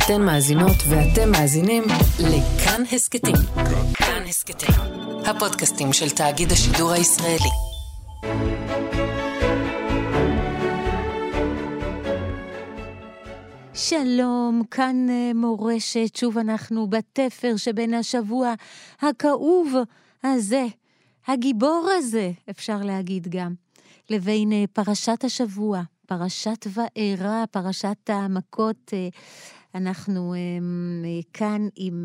אתן מאזינות ואתם מאזינים לכאן הסקטים. כאן הסקטים, הפודקאסטים של תאגיד השידור הישראלי. שלום, כאן מורשת, שוב אנחנו בתפר שבין השבוע הכאוב הזה, הגיבור הזה, אפשר להגיד גם, לבין פרשת השבוע, פרשת וארא, פרשת המכות. אנחנו כאן עם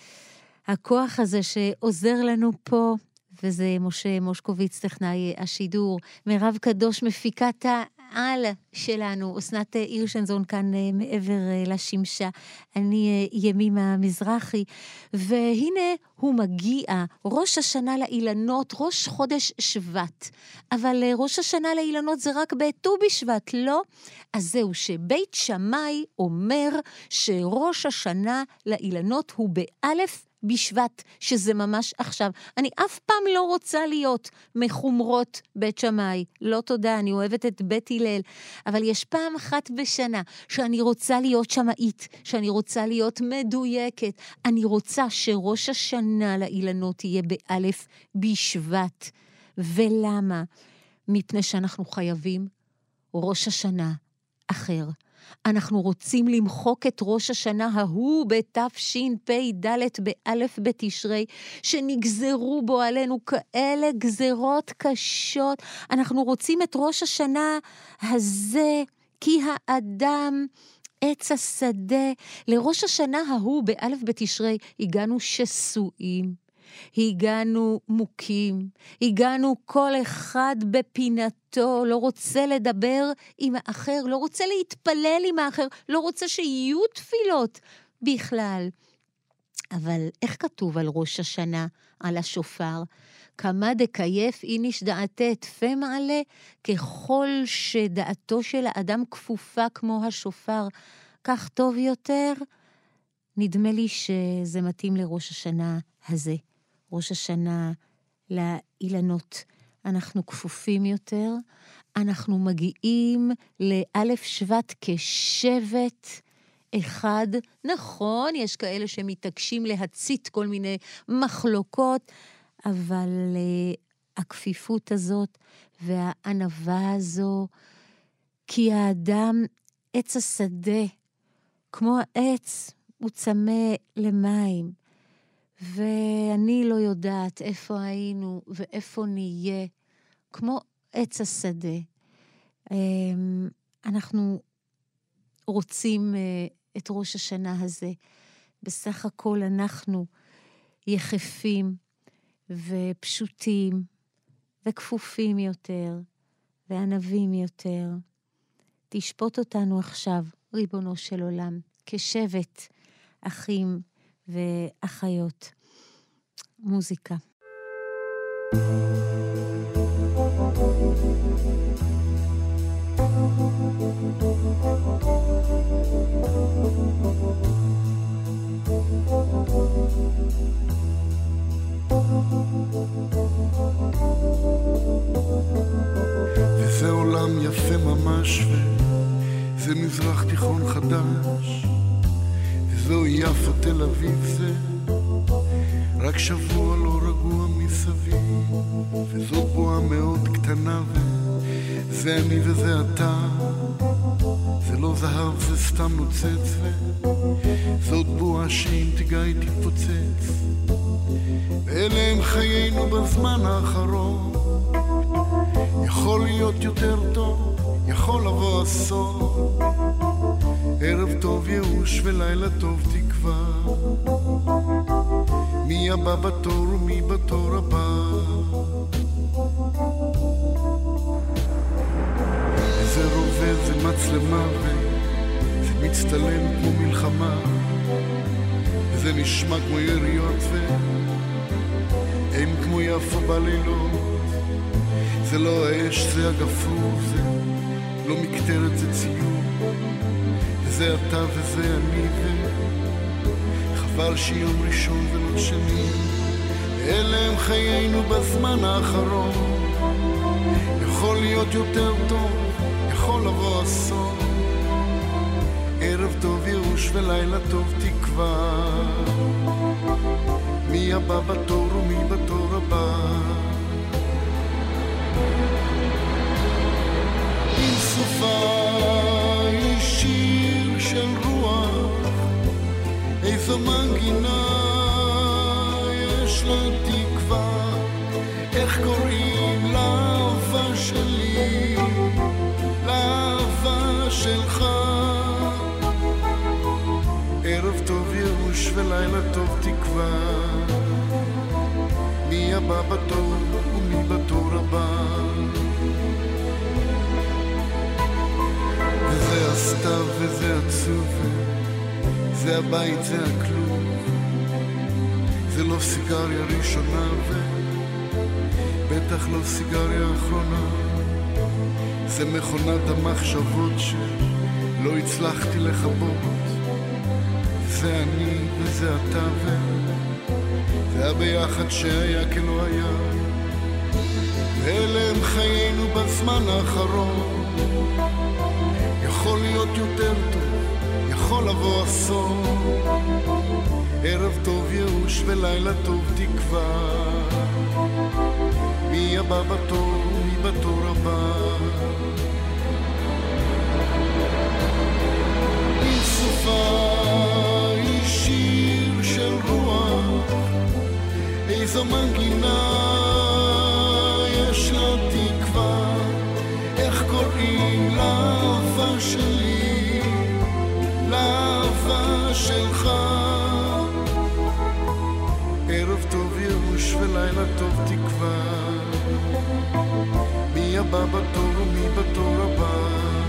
הכוח הזה שעוזר לנו פה, וזה משה מושקוביץ, טכנאי השידור, מירב קדוש, מפיקת העל שלנו, אסנת הירשנזון כאן מעבר לשמשה, אני ימימה מזרחי, והנה הוא מגיע, ראש השנה לאילנות, ראש חודש שבט, אבל ראש השנה לאילנות זה רק בט"ו בשבט, לא? אז זהו שבית שמאי אומר שראש השנה לאילנות הוא באלף בשבט, שזה ממש עכשיו. אני אף פעם לא רוצה להיות מחומרות בית שמאי, לא תודה, אני אוהבת את בית הלל, אבל יש פעם אחת בשנה שאני רוצה להיות שמאית, שאני רוצה להיות מדויקת, אני רוצה שראש השנה לאילנות יהיה באלף בשבט. ולמה? מפני שאנחנו חייבים ראש השנה אחר. אנחנו רוצים למחוק את ראש השנה ההוא בתשפ"ד באלף בתשרי, שנגזרו בו עלינו כאלה גזרות קשות. אנחנו רוצים את ראש השנה הזה, כי האדם עץ השדה. לראש השנה ההוא באלף בתשרי הגענו שסועים, הגענו מוכים, הגענו כל אחד בפינתו, לא רוצה לדבר עם האחר, לא רוצה להתפלל עם האחר, לא רוצה שיהיו תפילות בכלל. אבל איך כתוב על ראש השנה, על השופר? כמה דקייף איניש דעתה תפה מעלה, ככל שדעתו של האדם כפופה כמו השופר, כך טוב יותר. נדמה לי שזה מתאים לראש השנה הזה. ראש השנה לאילנות, אנחנו כפופים יותר, אנחנו מגיעים לאלף שבט כשבט אחד. נכון, יש כאלה שמתעקשים להצית כל מיני מחלוקות, אבל הכפיפות הזאת והענווה הזו, כי האדם עץ השדה, כמו העץ, הוא צמא למים, ואני לא יודעת איפה היינו ואיפה נהיה, כמו עץ השדה. אנחנו רוצים את ראש השנה הזה. בסך הכל אנחנו יחפים ופשוטים וכפופים יותר וענבים יותר. תשפוט אותנו עכשיו, ריבונו של עולם, כשבט אחים ואחיות. מוזיקה. וזה עולם יפה ממש, וזה מזרח תיכון חדש, וזו יפו תל אביב, זה רק שבוע לא רגוע מסביב, וזו בועה מאוד קטנה, וזה אני וזה אתה, זה לא זהב, זה סתם נוצץ, וזאת בועה שאם תיגע היא תתפוצץ, ואלה הם חיינו בזמן האחרון. יכול להיות יותר טוב, יכול לבוא אסון, ערב טוב ייאוש ולילה טוב תקווה, מי הבא בתור ומי בתור הבא. זה רובה, זה מצלמה, וזה מצטלם כמו מלחמה, וזה נשמע כמו יריות, ואין כמו יפו בלילות. זה לא האש, זה הגפרור, זה לא מקטרת, זה ציור, וזה אתה וזה אני, וחבל שיום ראשון ולא שני, אלה הם חיינו בזמן האחרון. יכול להיות יותר טוב, יכול לבוא אסון, ערב טוב ייאוש ולילה טוב תקווה, מי הבא בתור ומי בתור הבא. עם סופה היא שיר של רוח, איזו מנגינה יש לה תקווה, איך קוראים לאהבה שלי, לאהבה שלך. ערב טוב ייאוש ולילה טוב תקווה, מי הבא בתור ומי בתור הבא. וזה הסתיו וזה עצוב, זה הבית זה הכלוב, זה לא סיגריה ראשונה ובטח לא סיגריה אחרונה, זה מכונת המחשבות שלא הצלחתי לכבות, זה אני וזה אתה וזה הביחד שהיה כלא היה, ואלה הם חיינו בזמן האחרון. יכול להיות יותר טוב, יכול לבוא אסון, ערב טוב ייאוש ולילה טוב תקווה, מי הבא בתור ומי בתור הבא. עם סופה היא שיר של רוח, איזו מנגינה יש לה תקווה, איך קוראים לאהבה שלי, לאהבה שלך. ערב טוב ייאוש ולילה טוב תקווה, מי הבא בתור ומי בתור הבא.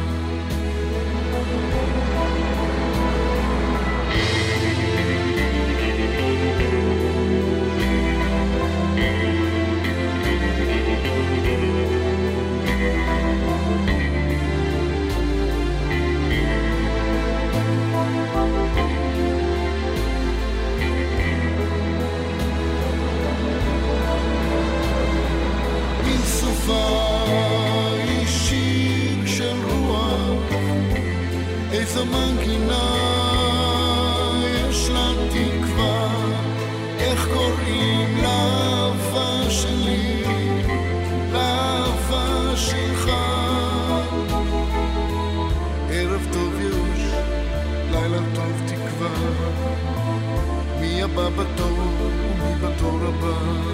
היא שיר של רוח, איזו מנגינה יש לה תקווה, איך קוראים לאהבה שלי, לאהבה שלך. ערב טוב ייאוש, לילה טוב תקווה, מי הבא בתור ומי בתור הבא.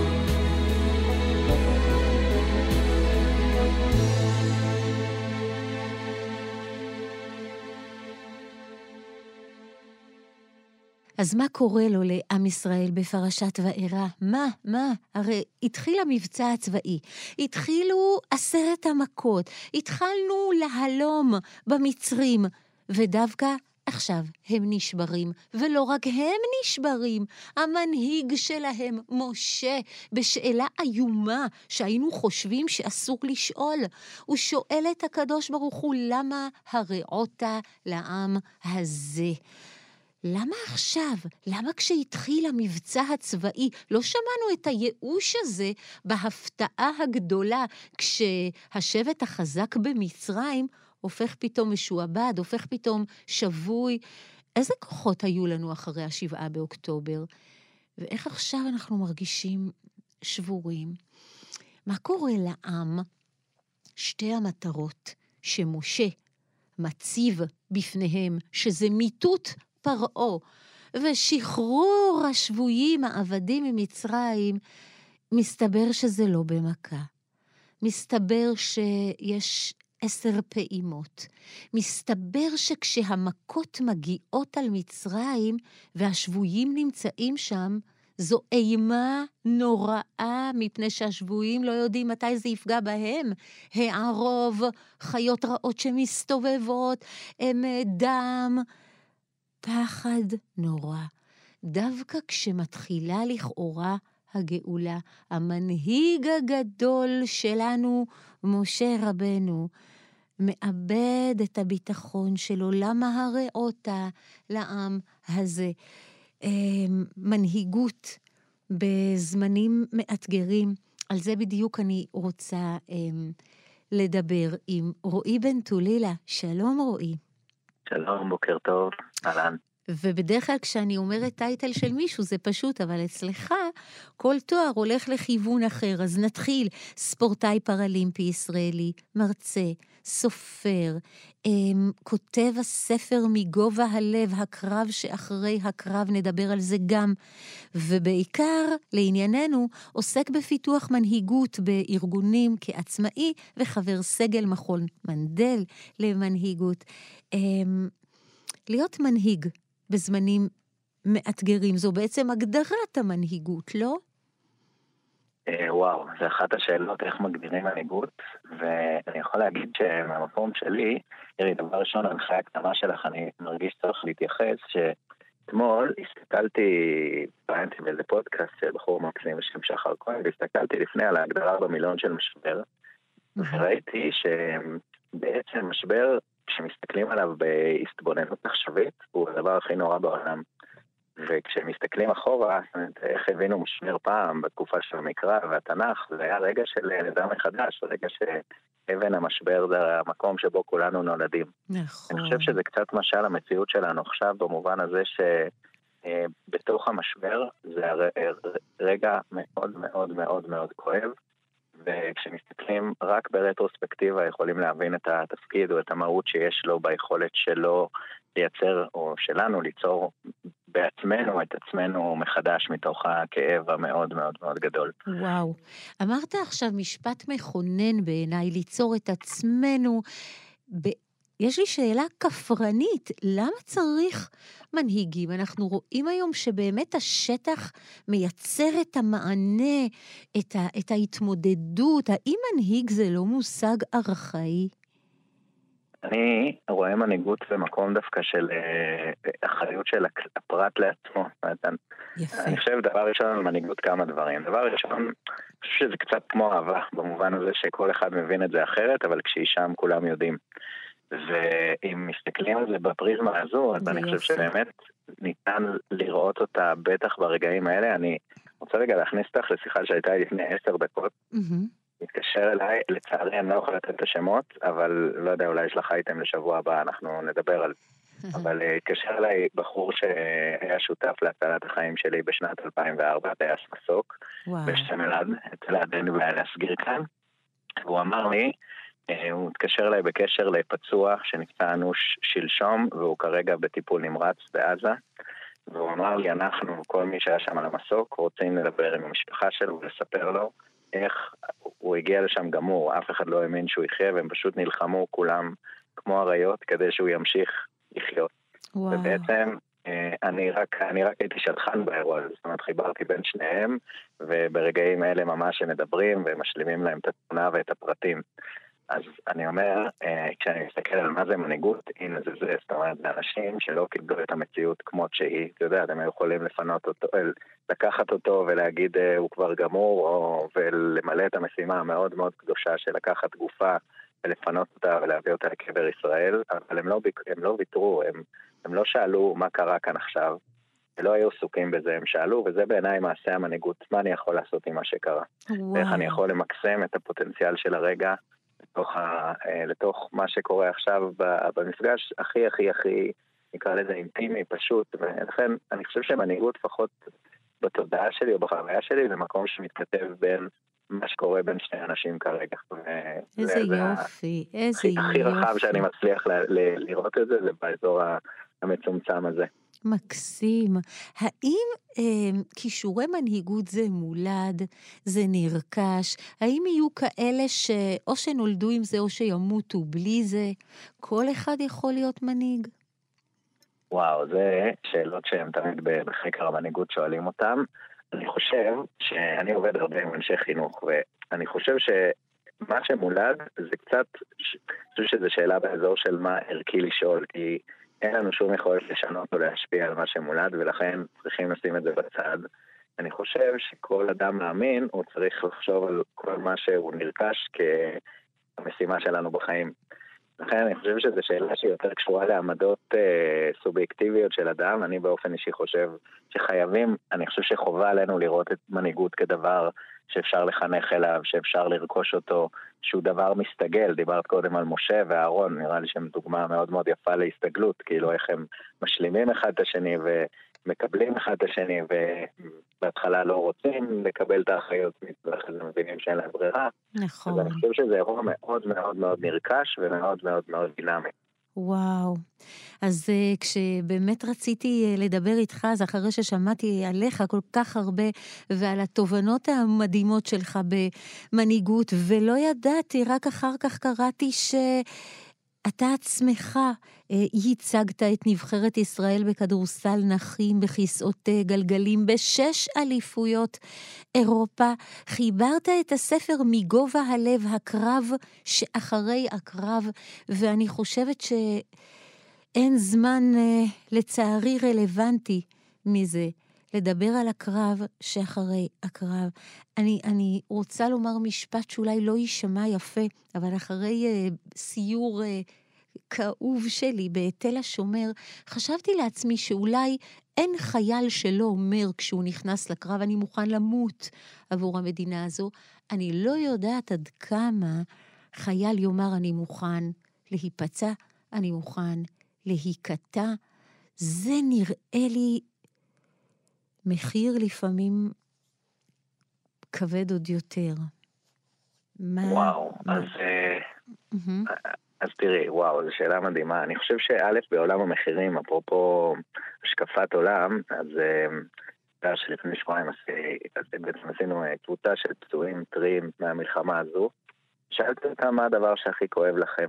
אז מה קורה לו לעם ישראל בפרשת וארא? מה? הרי התחיל המבצע הצבאי, התחילו 10 המכות, התחלנו להלום במצרים, ודווקא עכשיו הם נשברים, ולא רק הם נשברים, המנהיג שלהם, משה, בשאלה איומה שהיינו חושבים שאסור לשאול, הוא שואל את הקדוש ברוך הוא, למה הרעות לעם הזה? למה עכשיו? למה כשהתחיל המבצע הצבאי לא שמענו את הייאוש הזה בהפתעה הגדולה, כשהשבט החזק במצרים הופך פתאום משועבד, הופך פתאום שבוי? איזה כוחות היו לנו אחרי 7 באוקטובר? ואיך עכשיו אנחנו מרגישים שבורים? מה קורה לעם? 2 המטרות שמשה מציב בפניהם, שזה מיטוט פרעה ושחרור השבויים העבדים ממצרים, מסתבר שזה לא במכה. מסתבר שיש 10 פעימות. מסתבר שכשהמכות מגיעות על מצרים והשבויים נמצאים שם, זו אימה נוראה, מפני שהשבויים לא יודעים מתי זה יפגע בהם. הערוב, חיות רעות שמסתובבות, דם, פחד נורא. דווקא כשמתחילה לכאורה הגאולה, המנהיג הגדול שלנו, משה רבנו, מאבד את הביטחון שלו. למה הרעות לעם הזה? מנהיגות בזמנים מאתגרים, על זה בדיוק אני רוצה לדבר עם רועי בן טולילה. שלום רועי. שלום, בוקר טוב, אהלן. ובדרך כלל כשאני אומרת טייטל של מישהו זה פשוט, אבל אצלך כל תואר הולך לכיוון אחר. אז נתחיל, ספורטאי פרלימפי ישראלי, מרצה, סופר, כותב הספר מגובה הלב, הקרב שאחרי הקרב, נדבר על זה גם, ובעיקר לענייננו עוסק בפיתוח מנהיגות בארגונים כעצמאי וחבר סגל מכון מנדל למנהיגות. להיות מנהיג בזמנים מאתגרים, זו בעצם הגדרת המנהיגות, לא? וואו, זה אחת השאלות איך מגדירים מנהיגות, ואני יכול להגיד שמהמקום שלי, ירי, דבר ראשון, ההנחיה הקטנה שלך, אני מרגיש צריך להתייחס, שאתמול הסתכלתי, פעיינתי באיזה פודקאסט של בחור מקסים בשם שחר כהן, והסתכלתי לפני על ההגדרה במיליון של משבר, וראיתי שבעצם משבר, כשמסתכלים עליו בהסתבוננות עכשווית, הוא הדבר הכי נורא בעולם. וכשמסתכלים אחורה, איך הבינו משבר פעם בתקופה של המקרא והתנ"ך, זה היה רגע של לידה מחדש, רגע שאבן המשבר זה המקום שבו כולנו נולדים. נכון. אני חושב שזה קצת משל המציאות שלנו עכשיו, במובן הזה שבתוך המשבר זה רגע מאוד מאוד מאוד מאוד כואב, וכשמסתכלים רק ברטרוספקטיבה יכולים להבין את התפקיד או את המהות שיש לו ביכולת שלו לייצר, או שלנו ליצור בעצמנו את עצמנו מחדש מתוך הכאב המאוד מאוד מאוד גדול. וואו, אמרת עכשיו משפט מכונן בעיניי, ליצור את עצמנו. יש לי שאלה כפרנית, למה צריך מנהיגים? אנחנו רואים היום שבאמת השטח מייצר את המענה, את ההתמודדות. האם מנהיג זה לא מושג ארכאי? אני רואה מנהיגות במקום דווקא של אחריות של הפרט לעצמו. יפה. אני חושב דבר ראשון מנהיגות כמה דברים. דבר ראשון, אני חושב שזה קצת כמו אהבה, במובן הזה שכל אחד מבין את זה אחרת, אבל כשהיא שם כולם יודעים. ואם מסתכלים על זה בפריזמה הזו, אז אני חושב שבאמת ניתן לראות אותה בטח ברגעים האלה. אני רוצה רגע להכניס אותך לשיחה שהייתה לפני 10 דקות. מתקשר אליי, לצערי אני לא יכול לתת את השמות, אבל לא יודע, אולי יש לך אייטם לשבוע הבא, אנחנו נדבר על זה. אבל התקשר אליי בחור שהיה שותף להצלת החיים שלי בשנת 2004, טייס מסוק, בשם אלעד, את אלעד אין בעיה להסגיר כאן. והוא אמר לי, הוא התקשר אליי בקשר לפצוע שנפצע אנוש שלשום, והוא כרגע בטיפול נמרץ בעזה, והוא אמר לי, אנחנו, כל מי שהיה שם על המסוק, רוצים לדבר עם המשפחה שלו ולספר לו איך הוא הגיע לשם גמור, אף אחד לא האמין שהוא יחיה, והם פשוט נלחמו כולם כמו אריות כדי שהוא ימשיך לחיות. וואו. ובעצם אני רק הייתי שטחן באירוע הזה, זאת אומרת חיברתי בין שניהם, וברגעים האלה ממש הם מדברים ומשלימים להם את התמונה ואת הפרטים. אז אני אומר, כשאני מסתכל על מה זה מנהיגות, הנה זה, זאת אומרת, זה אנשים שלא קיבלו את המציאות כמות שהיא, אתה יודע, הם יכולים לפנות אותו, לקחת אותו ולהגיד הוא כבר גמור, ולמלא את המשימה המאוד מאוד קדושה של לקחת גופה ולפנות אותה ולהביא אותה לקבר ישראל, אבל הם לא ויתרו, הם לא שאלו מה קרה כאן עכשיו, הם לא היו עסוקים בזה, הם שאלו, וזה בעיניי מעשה המנהיגות, מה אני יכול לעשות עם מה שקרה, ואיך אני יכול למקסם את הפוטנציאל של הרגע, לתוך מה שקורה עכשיו במפגש הכי הכי הכי נקרא לזה אינטימי פשוט, ולכן אני חושב שמנהיגות לפחות בתודעה שלי או בחוויה שלי זה מקום שמתכתב בין מה שקורה בין שני אנשים כרגע. איזה יופי, איזה יופי. הכי רחב שאני מצליח לראות את זה באזור המצומצם הזה. מקסים. האם כישורי מנהיגות זה מולד, זה נרכש? האם יהיו כאלה שאו שנולדו עם זה או שימותו בלי זה? כל אחד יכול להיות מנהיג? וואו, זה שאלות שהם תמיד בחקר המנהיגות שואלים אותם. אני חושב שאני עובד הרבה עם אנשי חינוך, ואני חושב שמה שמולד זה קצת, אני חושב שזו שאלה באזור של מה ערכי לשאול, כי אין לנו שום יכולת לשנות או להשפיע על מה שמולד, ולכן צריכים לשים את זה בצד. אני חושב שכל אדם מאמין, הוא צריך לחשוב על כל מה שהוא נרכש כמשימה שלנו בחיים. לכן אני חושב שזו שאלה שהיא יותר קשורה לעמדות סובייקטיביות של אדם. אני באופן אישי חושב שחייבים, אני חושב שחובה עלינו לראות את מנהיגות כדבר שאפשר לחנך אליו, שאפשר לרכוש אותו, שהוא דבר מסתגל. דיברת קודם על משה ואהרון, נראה לי שהם דוגמה מאוד מאוד יפה להסתגלות, כאילו איך הם משלימים אחד את השני ומקבלים אחד את השני, ובהתחלה לא רוצים לקבל את האחריות, ואחרי זה מבינים שאין להם ברירה. נכון. אז אני חושב שזה אירוע מאוד מאוד מאוד נרכש ומאוד מאוד מאוד דינמי. וואו. אז כשבאמת רציתי לדבר איתך, אז אחרי ששמעתי עליך כל כך הרבה, ועל התובנות המדהימות שלך במנהיגות, ולא ידעתי, רק אחר כך קראתי אתה עצמך ייצגת את נבחרת ישראל בכדורסל נכים בכיסאות גלגלים ב6 אליפויות אירופה. חיברת את הספר מגובה הלב, הקרב שאחרי הקרב, ואני חושבת שאין זמן לצערי רלוונטי מזה לדבר על הקרב שאחרי הקרב. אני רוצה לומר משפט שאולי לא יישמע יפה, אבל אחרי סיור כאוב שלי בתל השומר, חשבתי לעצמי שאולי אין חייל שלא אומר כשהוא נכנס לקרב, אני מוכן למות עבור המדינה הזו. אני לא יודעת עד כמה חייל יאמר אני מוכן להיפצע, אני מוכן להיקטע. זה נראה לי מחיר לפעמים כבד עוד יותר. וואו, אז תראי, וואו, זו שאלה מדהימה. אני חושב שא' בעולם המחירים, אפרופו השקפת עולם, אז שלפני שבועיים בעצם עשינו קבוצה של פצועים טריים מהמלחמה הזו. שאלתי אותם מה הדבר שהכי כואב לכם,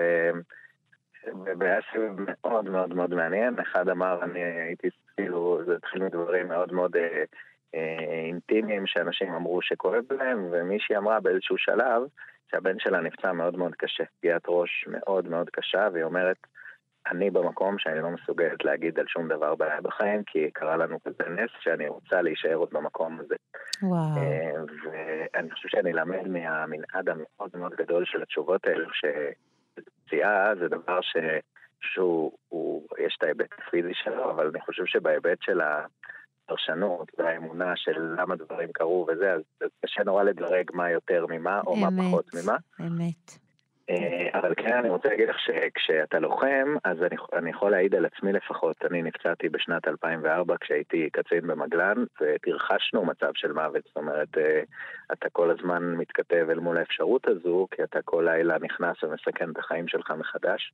והיה סביב מאוד מאוד מאוד מעניין. אחד אמר, אני הייתי כאילו, זה התחיל מדברים מאוד מאוד אינטימיים שאנשים אמרו שכואב להם, ומישהי אמרה באיזשהו שלב שהבן שלה נפצע מאוד מאוד קשה, פגיעת ראש מאוד מאוד קשה, והיא אומרת, אני במקום שאני לא מסוגלת להגיד על שום דבר בחיים, כי קרה לנו כזה נס שאני רוצה להישאר עוד במקום הזה. וואו. ואני חושב שאני למד מהמנעד המאוד מאוד גדול של התשובות האלה, שפציעה זה דבר יש את ההיבט הפיזי שלו, אבל אני חושב שבהיבט של הפרשנות והאמונה של למה דברים קרו וזה, אז קשה נורא לדרג מה יותר ממה או מה פחות ממה. אמת. אבל כן, אני רוצה להגיד לך שכשאתה לוחם, אז אני יכול להעיד על עצמי לפחות. אני נפצעתי בשנת 2004 כשהייתי קצין במגלן, ותרחשנו מצב של מוות. זאת אומרת, אתה כל הזמן מתכתב אל מול האפשרות הזו, כי אתה כל לילה נכנס ומסכן את החיים שלך מחדש.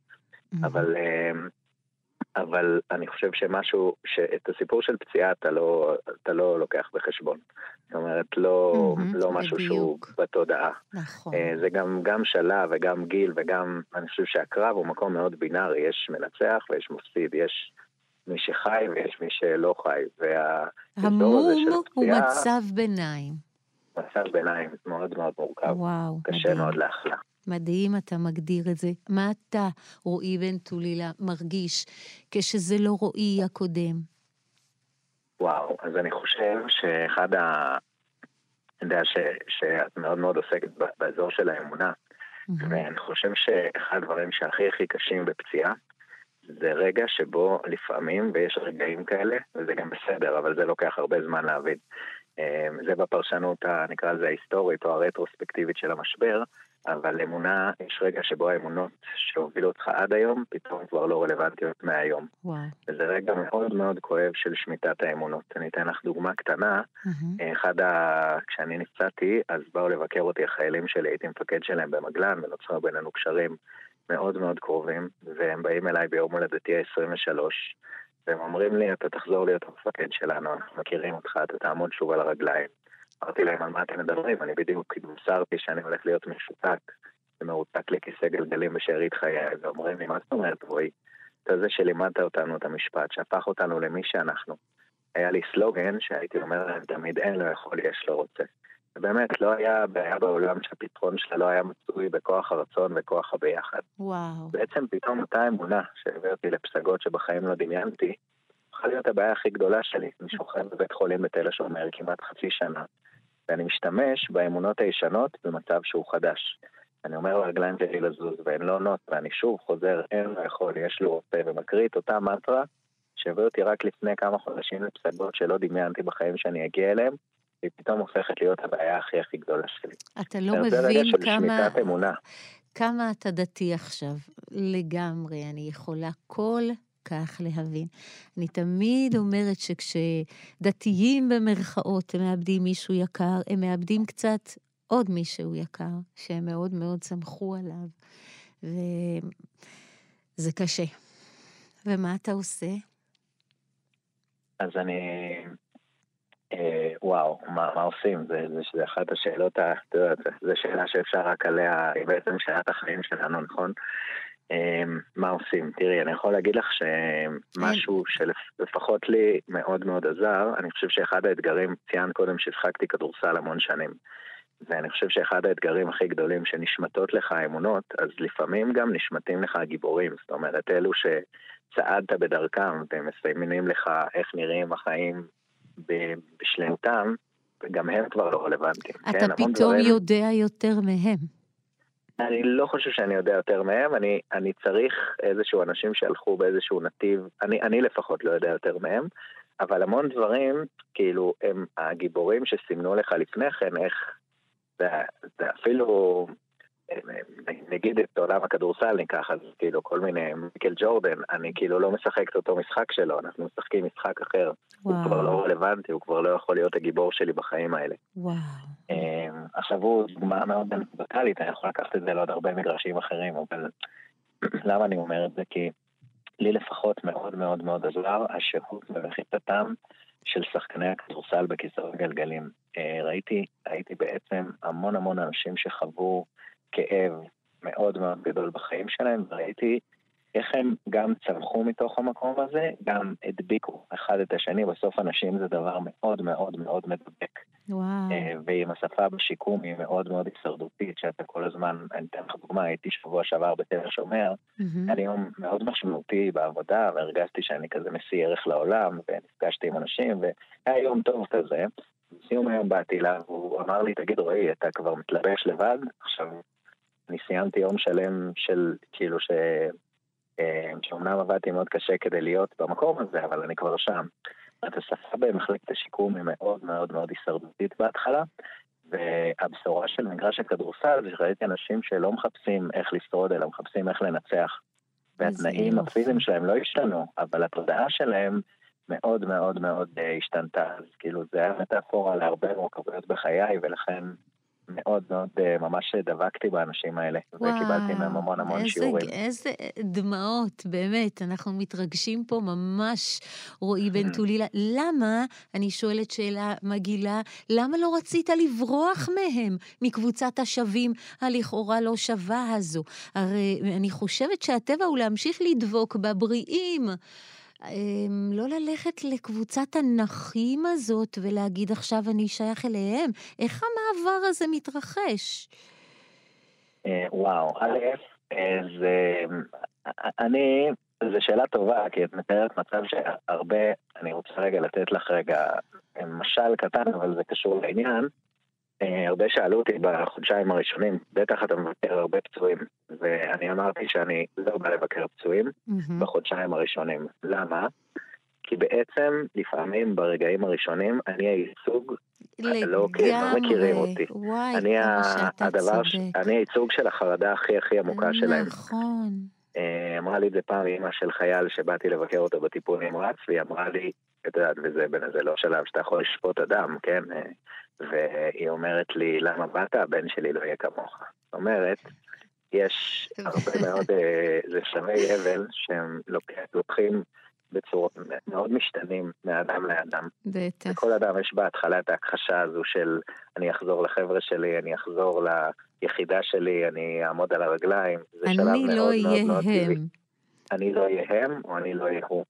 אבל אני חושב שאת הסיפור של פציעה אתה לא לוקח בחשבון. זאת אומרת, לא משהו שהוא בתודעה. נכון. זה גם שלב וגם גיל וגם, אני חושב שהקרב הוא מקום מאוד בינארי. יש מנצח ויש מפסיד, יש מי שחי ויש מי שלא חי. המום הוא מצב ביניים. מצב ביניים מאוד מאוד מורכב. וואו, קשה מדהים. מאוד להכלה. מדהים אתה מגדיר את זה. מה אתה, רועי בן טולילה, מרגיש כשזה לא רועי הקודם? וואו, אז אני חושב שאחד אני יודע שאת מאוד מאוד עוסקת באזור של האמונה, ואני חושב שאחד הדברים שהכי קשים בפציעה, זה רגע שבו לפעמים, ויש רגעים כאלה, וזה גם בסדר, אבל זה לוקח הרבה זמן להבין. זה בפרשנות, נקרא לזה ההיסטורית או הרטרוספקטיבית של המשבר, אבל אמונה, יש רגע שבו האמונות שהובילו אותך עד היום, פתאום כבר לא רלוונטיות מהיום. וואו. וזה רגע מאוד מאוד כואב של שמיטת האמונות. אני אתן לך דוגמה קטנה. כשאני נפצעתי, אז באו לבקר אותי החיילים שלי, הייתי מפקד שלהם במגלן, ונוצרו בינינו קשרים מאוד מאוד קרובים, והם באים אליי ביום הולדתי ה-23, והם אומרים לי, אתה תחזור להיות המפקד שלנו, אנחנו מכירים אותך, אתה תעמוד שוב על הרגליים. אמרתי להם, על מה אתם מדברים? אני בדיוק התבשרתי שאני הולך להיות משותק, ומרותק לכיסא גלגלים בשארית חיי, ואומרים לי, מה זאת אומרת, רועי? אתה זה שלימדת אותנו את המשפט, שהפך אותנו למי שאנחנו. היה לי סלוגן שהייתי אומר להם, תמיד אין לו יכול, יש לו רוצה. ובאמת, לא היה בעיה בעולם שהפתרון שלה לא היה מצוי בכוח הרצון וכוח הביחד. וואו. בעצם פתאום אותה אמונה שהעברתי לפסגות שבחיים לא דמיינתי, יכולה להיות הבעיה הכי גדולה שלי. אני שוכב בבית חולים בתל השומר כמעט חצי שנה, ואני משתמש באמונות הישנות במצב שהוא חדש. אני אומר לרגליים שלי לזוז, והן לא עונות, ואני שוב חוזר, אין לא יכול, יש לו רופא, ומקריא את אותה מנטרה, שהביא אותי רק לפני כמה חודשים לפסגות שלא דמיינתי בחיים שאני אגיע אליהם, היא פתאום הופכת להיות הבעיה הכי הכי גדולה שלי. אתה לא מבין שמיטת אמונה. כמה אתה דתי עכשיו. לגמרי, אני יכולה כל כך להבין. אני תמיד אומרת שכשדתיים במרכאות הם מאבדים מישהו יקר, הם מאבדים קצת עוד מישהו יקר, שהם מאוד מאוד סמכו עליו. וזה קשה. ומה אתה עושה? אז אני... וואו, מה עושים? זה אחת השאלות, זו שאלה שאפשר רק עליה, היא בעצם שאלת החיים שלנו, נכון? מה עושים? תראי, אני יכול להגיד לך שמשהו שלפחות לי מאוד מאוד עזר, אני חושב שאחד האתגרים, ציינת קודם ששחקתי כדורסל המון שנים, ואני חושב שאחד האתגרים הכי גדולים שנשמטות לך האמונות, אז לפעמים גם נשמטים לך הגיבורים, זאת אומרת, אלו שצעדת בדרכם ומסיימים לך איך נראים החיים בשלמותם, וגם הם כבר לא רלוונטיים. אתה כן, פתאום יודע יותר מהם. אני לא חושב שאני יודע יותר מהם, אני צריך איזשהו אנשים שהלכו באיזשהו נתיב, אני לפחות לא יודע יותר מהם, אבל המון דברים, כאילו, הם הגיבורים שסימנו לך לפני כן, איך, זה אפילו, נגיד את עולם הכדורסל ניקח, אז כאילו כל מיני, מייקל ג'ורדן, אני כאילו לא משחק את אותו משחק שלו, אנחנו משחקים משחק אחר, הוא כבר לא רלוונטי, הוא כבר לא יכול להיות הגיבור שלי בחיים האלה. וואו. עכשיו הוא דוגמה מאוד אנקדוטלית, אני יכול לקחת את זה לעוד הרבה מגרשים אחרים, אבל למה אני אומר את זה? כי לי לפחות מאוד מאוד מאוד עזר השהות ומחיצתם של שחקני הכדורסל בכיסאות גלגלים. ראיתי בעצם המון המון אנשים שחוו כאב מאוד מאוד גדול בחיים שלהם, וראיתי איך הם גם צמחו מתוך המקום הזה, גם הדביקו אחד את השני. בסוף אנשים זה דבר מאוד מאוד מאוד מדבק. וואו. ועם השפה בשיקום היא מאוד מאוד הישרדותית, שאתה כל הזמן, אני אתן לך דוגמה, הייתי שבוע שעבר בתל השומר, היה לי יום מאוד משמעותי בעבודה, והרגשתי שאני כזה משיא ערך לעולם, ונפגשתי עם אנשים, והיה יום טוב כזה. בסיום היום באתי לה, והוא אמר לי, תגיד רועי, אתה כבר מתלבש לבד? עכשיו, אני סיימתי יום שלם של כאילו שאומנם עבדתי מאוד קשה כדי להיות במקום הזה, אבל אני כבר שם. השפה במחלקת השיקום היא מאוד מאוד מאוד הישרדותית בהתחלה, והבשורה של מגרש הכדורסל זה שראיתי אנשים שלא מחפשים איך לשרוד, אלא מחפשים איך לנצח. והתנאים הפיזיים שלהם לא השתנו, אבל התודעה שלהם מאוד מאוד מאוד השתנתה. אז כאילו זה היה מטאפורה להרבה מורכבויות בחיי, ולכן מאוד מאוד ממש דבקתי באנשים האלה, וקיבלתי מהם המון המון שיעורים. איזה דמעות, באמת, אנחנו מתרגשים פה ממש, רועי בן טולילה. למה, אני שואלת שאלה מגעילה, למה לא רצית לברוח מהם, מקבוצת השווים הלכאורה לא שווה הזו? הרי אני חושבת שהטבע הוא להמשיך לדבוק בבריאים, לא ללכת לקבוצת הנחים הזאת ולהגיד עכשיו אני שייך אליהם. איך המעבר הזה מתרחש? וואו, זו שאלה טובה, כי את מתארת מצב שהרבה, אני רוצה רגע לתת לך רגע משל קטן, אבל זה קשור לעניין. הרבה שאלו אותי בחודשיים הראשונים, בטח אתה מבקר הרבה פצועים, ואני אמרתי שאני לא בא לבקר פצועים בחודשיים הראשונים. למה? כי בעצם לפעמים ברגעים הראשונים אני הייצוג, לא מכירים אותי. אני הייצוג של החרדה הכי הכי עמוקה שלהם. נכון. אמרה לי את זה פעם אמא של חייל שבאתי לבקר אותו בטיפול נמרץ, והיא אמרה לי, את יודעת, וזה לא שלב שאתה יכול לשפוט אדם, כן? והיא אומרת לי, למה באת? הבן שלי לא יהיה כמוך. זאת אומרת, יש הרבה מאוד, זה שלבי אבל שהם לוקחים בצורות מאוד משתנים מאדם לאדם. בטח. לכל אדם יש בהתחלה את ההכחשה הזו של אני אחזור לחבר'ה שלי, אני אחזור ליחידה שלי, אני אעמוד על הרגליים. זה שלב מאוד מאוד מאוד טבעי. אני לא אהיה הם או אני לא אהיה הוא.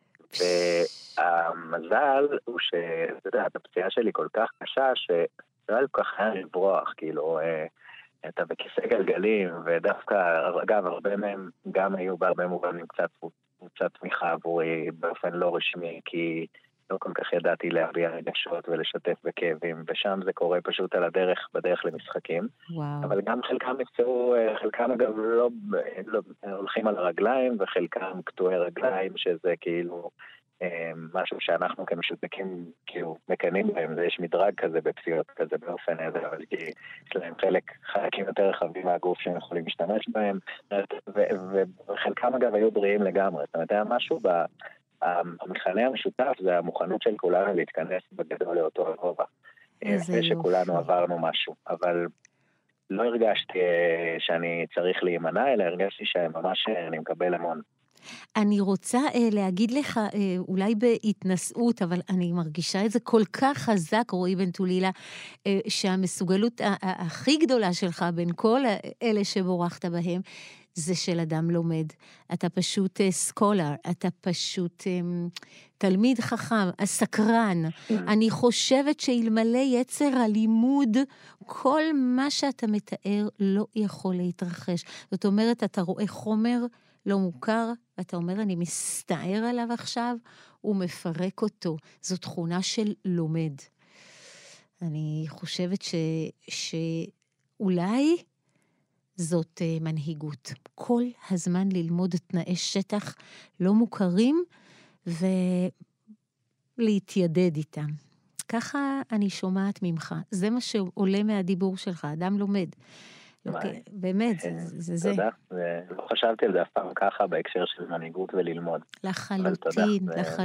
והמזל הוא שאתה יודע, הפציעה שלי כל כך קשה שלא היה לי כל כך היה לברוח, כאילו אתה בכיסא גלגלים, ודווקא אגב הרבה מהם גם היו בהרבה מובנים קצת תמיכה עבורי באופן לא רשמי, כי לא כל כך ידעתי להביע רגשות ולשתף בכאבים, ושם זה קורה פשוט על הדרך, בדרך למשחקים. וואו. אבל גם חלקם נפצעו, חלקם אגב לא הולכים על הרגליים, וחלקם קטועי רגליים, שזה כאילו משהו שאנחנו כמשותקים כאילו מקנים בהם, יש מדרג כזה בפציעות כזה באופן הזה, אבל יש להם חלקים יותר רחבים מהגוף שהם יכולים להשתמש בהם, וחלקם אגב היו בריאים לגמרי. זאת אומרת, היה משהו המכנה המשותף זה המוכנות של כולנו להתכנס בגדול לאותו הגובה. זה שכולנו עברנו משהו, אבל לא הרגשתי שאני צריך להימנע, אלא הרגשתי שממש אני מקבל המון. אני רוצה להגיד לך, אולי בהתנסות, אבל אני מרגישה את זה כל כך חזק, רועי בן טולילה, שהמסוגלות הכי גדולה שלך בין כל אלה שבורחת בהם, זה של אדם לומד. אתה פשוט סקולר, אתה פשוט תלמיד חכם, הסקרן. אני חושבת שאלמלא יצר הלימוד, כל מה שאתה מתאר לא יכול להתרחש. זאת אומרת, אתה רואה חומר לא מוכר, ואתה אומר, אני מסתער עליו עכשיו, ומפרק אותו. זו תכונה של לומד. אני חושבת שאולי זאת מנהיגות. כל הזמן ללמוד תנאי שטח לא מוכרים, ולהתיידד איתם. ככה אני שומעת ממך. זה מה שעולה מהדיבור שלך, אדם לומד. באמת, זה. תודה, לא חשבתי על זה אף פעם ככה בהקשר של מנהיגות וללמוד. לחלוטין.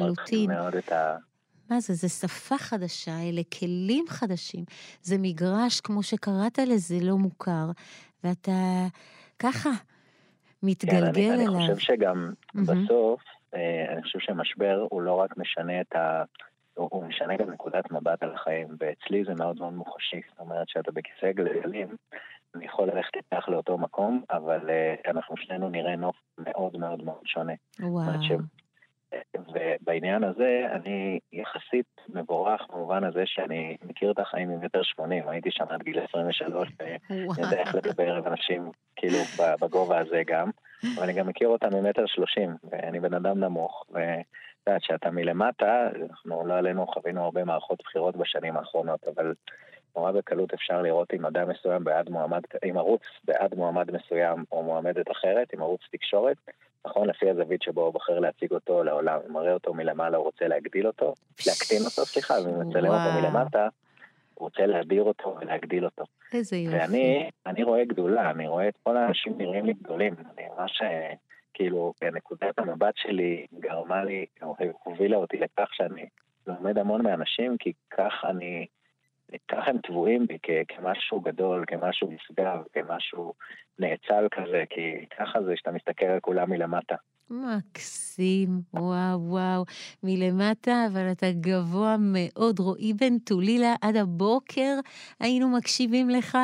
מה זה? זה שפה חדשה, אלה כלים חדשים. זה מגרש, כמו שקראת לזה, לא מוכר. ואתה ככה מתגלגל אליו. אני חושב שגם בסוף, אני חושב שמשבר הוא לא רק משנה הוא משנה גם נקודת מבט על החיים, ואצלי זה מאוד מאוד מוחשי. זאת אומרת שאתה בכיסא גלגלים, אני יכול ללכת איתך לאותו מקום, אבל אנחנו שנינו נראה נוף מאוד מאוד מאוד שונה. וואו. ובעניין הזה אני יחסית מבורך במובן הזה שאני מכיר את החיים עם יותר 80, הייתי שם עד גיל 23, ויודע איך לדבר עם אנשים כאילו בגובה הזה גם, אבל אני גם מכיר אותם עם מטר 30, ואני בן אדם נמוך, ודעת שאתה מלמטה, אנחנו לא עלינו חווינו הרבה מערכות בחירות בשנים האחרונות, אבל נורא בקלות אפשר לראות עם אדם מסוים בעד מועמד, עם ערוץ בעד מועמד מסוים או מועמדת אחרת, עם ערוץ תקשורת, נכון, לפי הזווית שבו הוא בוחר להציג אותו לעולם, הוא מראה אותו מלמעלה, הוא רוצה להקטין אותו, והוא מצלם אותו מלמטה, הוא רוצה להדיר אותו ולהגדיל אותו. איזה יופי. ואני רואה גדולה, אני רואה את כל האנשים נראים לי גדולים, אני ממש, כאילו, נקודת המבט שלי גרמה לי, הובילה אותי לכך שאני לומד המון מאנשים, כי כך הם טבועים בי כמשהו גדול, כמשהו מסגב, כמשהו נאצל כזה, כי ככה זה שאתה מסתכל על כולם מלמטה. מקסים, וואו, מלמטה, אבל אתה גבוה מאוד, רועי בן טולילה, עד הבוקר היינו מקשיבים לך,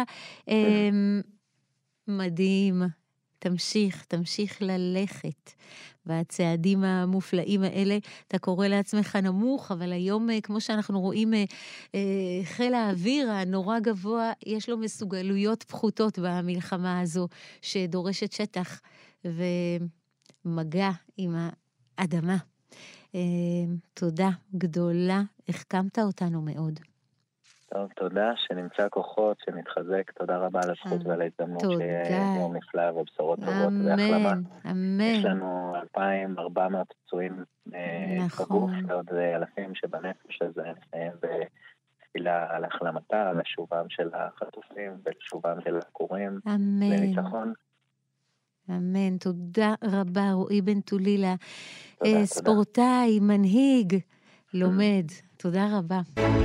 מדהים, תמשיך ללכת. והצעדים המופלאים האלה, אתה קורא לעצמך נמוך, אבל היום, כמו שאנחנו רואים, חיל האוויר הנורא גבוה, יש לו מסוגלויות פחותות במלחמה הזו, שדורשת שטח ומגע עם האדמה. תודה גדולה, החכמת אותנו מאוד. טוב, תודה, שנמצא כוחות, שנתחזק, תודה רבה על הזכות ועל ההזדמנות, שיהיה יום נפלא ובשורות טובות והחלמה. אמן. יש לנו 2,400 פצועים בגוף, ועוד אלפים שבנפש הזה, ותפילה על החלמתה, לשובם של החטופים ולשובם של העקורים, לניצחון. אמן, תודה רבה, רועי בן טולילה, ספורטאי, מנהיג, לומד, תודה רבה.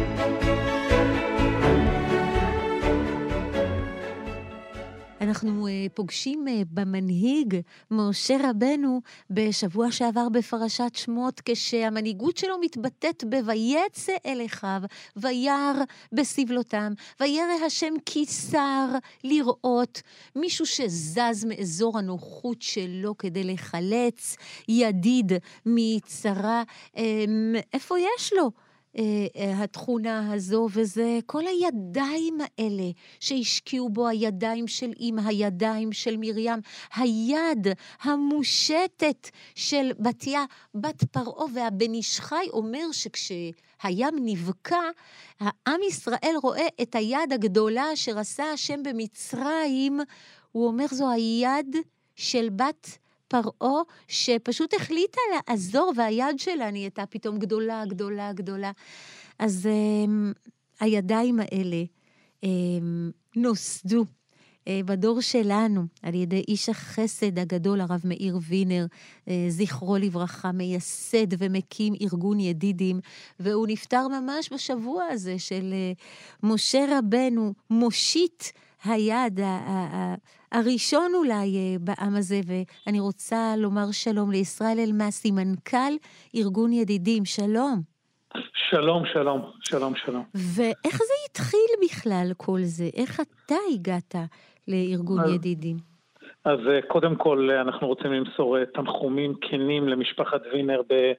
אנחנו פוגשים במנהיג משה רבנו בשבוע שעבר בפרשת שמות, כשהמנהיגות שלו מתבטאת בויצא אל אחיו, וירא בסבלותם, וירא השם כי שר לראות מישהו שזז מאזור הנוחות שלו כדי לחלץ ידיד מצרה. איפה יש לו? התכונה הזו, וזה כל הידיים האלה שהשקיעו בו, הידיים של אמא, הידיים של מרים, היד המושטת של בתיה, בת פרעה, והבן איש חי אומר שכשהים נבקע, העם ישראל רואה את היד הגדולה אשר עשה השם במצרים, הוא אומר זו היד של בת פרעה, שפשוט החליטה לעזור, והיד שלה נהייתה פתאום גדולה, גדולה, גדולה. אז הידיים האלה נוסדו בדור שלנו, על ידי איש החסד הגדול, הרב מאיר וינר, זכרו לברכה, מייסד ומקים ארגון ידידים, והוא נפטר ממש בשבוע הזה של משה רבנו, מושיט היד הראשון אולי בעם הזה, ואני רוצה לומר שלום לישראל אלמסי, מנכ"ל ארגון ידידים, שלום. שלום, שלום, שלום, שלום. ואיך זה התחיל בכלל כל זה? איך אתה הגעת לארגון ידידים? אז קודם כל אנחנו רוצים למסור תנחומים כנים למשפחת וינר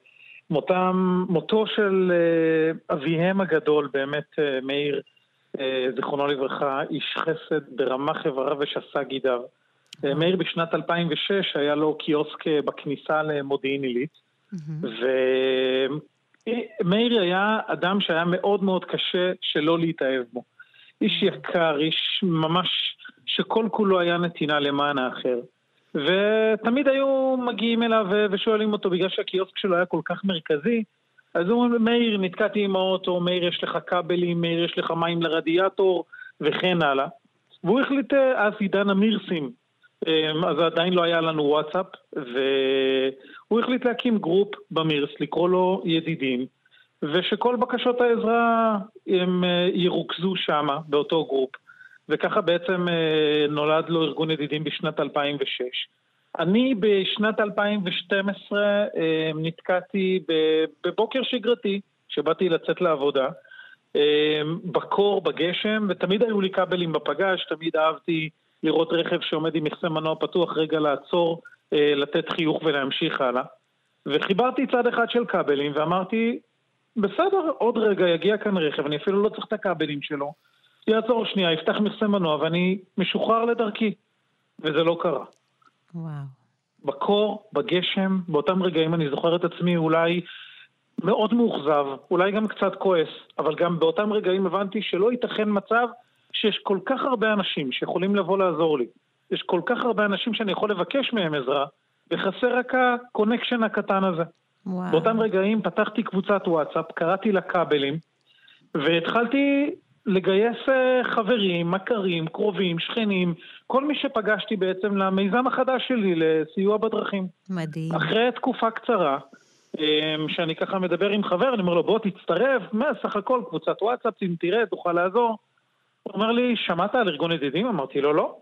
במותו של אביהם הגדול, באמת מאיר, זיכרונו לברכה, איש חסד ברמה חברה ושסה גידיו. מאיר בשנת 2006 היה לו קיוסק בכניסה למודיעין עילית, ומאיר היה אדם שהיה מאוד מאוד קשה שלא להתאהב בו. איש יקר, איש ממש שכל כולו היה נתינה למען האחר. ותמיד היו מגיעים אליו ושואלים אותו, בגלל שהקיוסק שלו היה כל כך מרכזי, אז הוא אומר, מאיר, נתקעתי עם האוטו, מאיר, יש לך כבלים, מאיר, יש לך מים לרדיאטור, וכן הלאה. והוא החליט, אז עידן המירסים, אז עדיין לא היה לנו וואטסאפ, והוא החליט להקים גרופ במירס, לקרוא לו ידידים, ושכל בקשות העזרה הם ירוכזו שם, באותו גרופ. וככה בעצם נולד לו ארגון ידידים בשנת 2006. אני בשנת 2012 נתקעתי בבוקר שגרתי, שבאתי לצאת לעבודה, בקור, בגשם, ותמיד היו לי כבלים בפגש, תמיד אהבתי לראות רכב שעומד עם מכסה מנוע פתוח, רגע לעצור, לתת חיוך ולהמשיך הלאה. וחיברתי צד אחד של כבלים ואמרתי, בסדר, עוד רגע יגיע כאן רכב, אני אפילו לא צריך את הכבלים שלו, יעצור שנייה, יפתח מכסה מנוע ואני משוחרר לדרכי. וזה לא קרה. וואו. בקור, בגשם, באותם רגעים אני זוכר את עצמי אולי מאוד מאוכזב, אולי גם קצת כועס, אבל גם באותם רגעים הבנתי שלא ייתכן מצב שיש כל כך הרבה אנשים שיכולים לבוא לעזור לי. יש כל כך הרבה אנשים שאני יכול לבקש מהם עזרה, וחסר רק הקונקשן הקטן הזה. וואו. באותם רגעים פתחתי קבוצת וואטסאפ, קראתי לכבלים, והתחלתי לגייס חברים, מכרים, קרובים, שכנים, כל מי שפגשתי בעצם למיזם החדש שלי לסיוע בדרכים. מדהים. אחרי תקופה קצרה, שאני ככה מדבר עם חבר, אני אומר לו, בוא תצטרף, סך הכל קבוצת וואטסאפ, אם תראה, תוכל לעזור. הוא אומר לי, שמעת על ארגון ידידים? אמרתי לו, לא.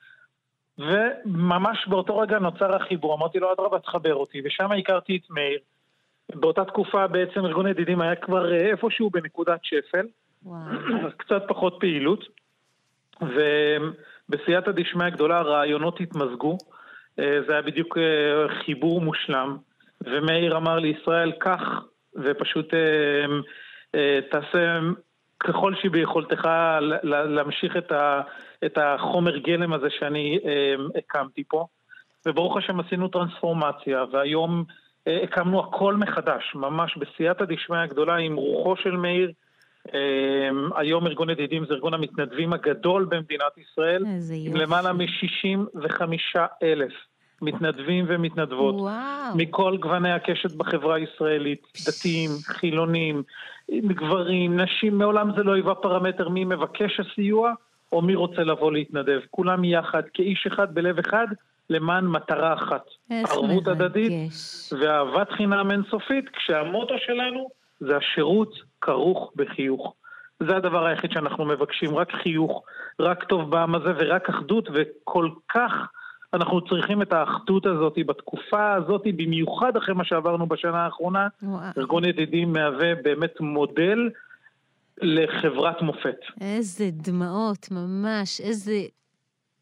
וממש באותו רגע נוצר החיבור, אמרתי לו, אדרבה, תחבר אותי, ושם הכרתי את מאיר. באותה תקופה בעצם ארגון ידידים היה כבר איפשהו בנקודת שפל, קצת פחות פעילות, ובסייעתא דשמיא הגדולה הרעיונות התמזגו, זה היה בדיוק חיבור מושלם, ומאיר אמר לי, ישראל, כך, ופשוט תעשה ככל שביכולתך להמשיך את החומר גלם הזה שאני הקמתי פה, וברוך השם עשינו טרנספורמציה, והיום הקמנו הכל מחדש, ממש בסייעתא דשמיא הגדולה עם רוחו של מאיר. היום ארגון ידידים זה ארגון המתנדבים הגדול במדינת ישראל, עם למעלה מ-65,000 מתנדבים ומתנדבות, וואו. מכל גווני הקשת בחברה הישראלית, דתיים, חילונים, גברים, נשים, מעולם זה לא היווה פרמטר מי מבקש הסיוע או מי רוצה לבוא להתנדב, כולם יחד, כאיש אחד בלב אחד, למען מטרה אחת, ערבות הדדית ואהבת חינם אינסופית, כשהמוטו שלנו זה השירות כרוך בחיוך. זה הדבר היחיד שאנחנו מבקשים, רק חיוך, רק טוב בעם הזה ורק אחדות, וכל כך אנחנו צריכים את האחדות הזאת בתקופה הזאת, במיוחד אחרי מה שעברנו בשנה האחרונה. ארגון ידידים מהווה באמת מודל לחברת מופת. איזה דמעות, ממש, איזה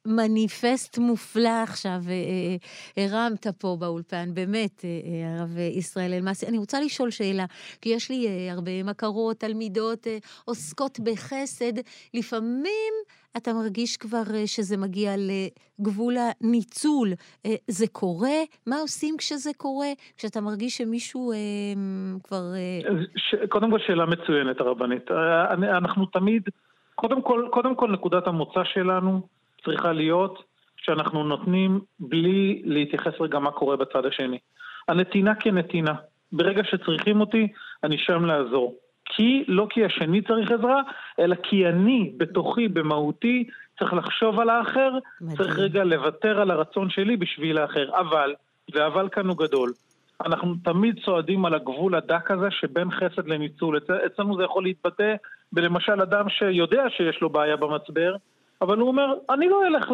מניפסט מופלא עכשיו, הרמת פה באולפן, באמת, הרב ישראל אלמסי. אני רוצה לשאול שאלה, כי יש לי הרבה מכרות, תלמידות, עוסקות בחסד. לפעמים אתה מרגיש כבר שזה מגיע לגבול הניצול. זה קורה? מה עושים כשזה קורה? כשאתה מרגיש שמישהו כבר... קודם כל שאלה מצוינת, הרבנית. אנחנו תמיד, קודם כל נקודת המוצא שלנו צריכה להיות שאנחנו נותנים בלי להתייחס רגע מה קורה בצד השני. הנתינה כנתינה. ברגע שצריכים אותי, אני שם לעזור. לא כי השני צריך עזרה, אלא כי אני, בתוכי, במהותי, צריך לחשוב על האחר, צריך רגע לוותר על הרצון שלי בשביל האחר. אבל כאן הוא גדול. אנחנו תמיד צועדים על הגבול הדק הזה שבין חסד לניצול. אצלנו זה יכול להתבטא בלמשל אדם שיודע שיש לו בעיה במצבר, אבל הוא אומר, אני לא אלך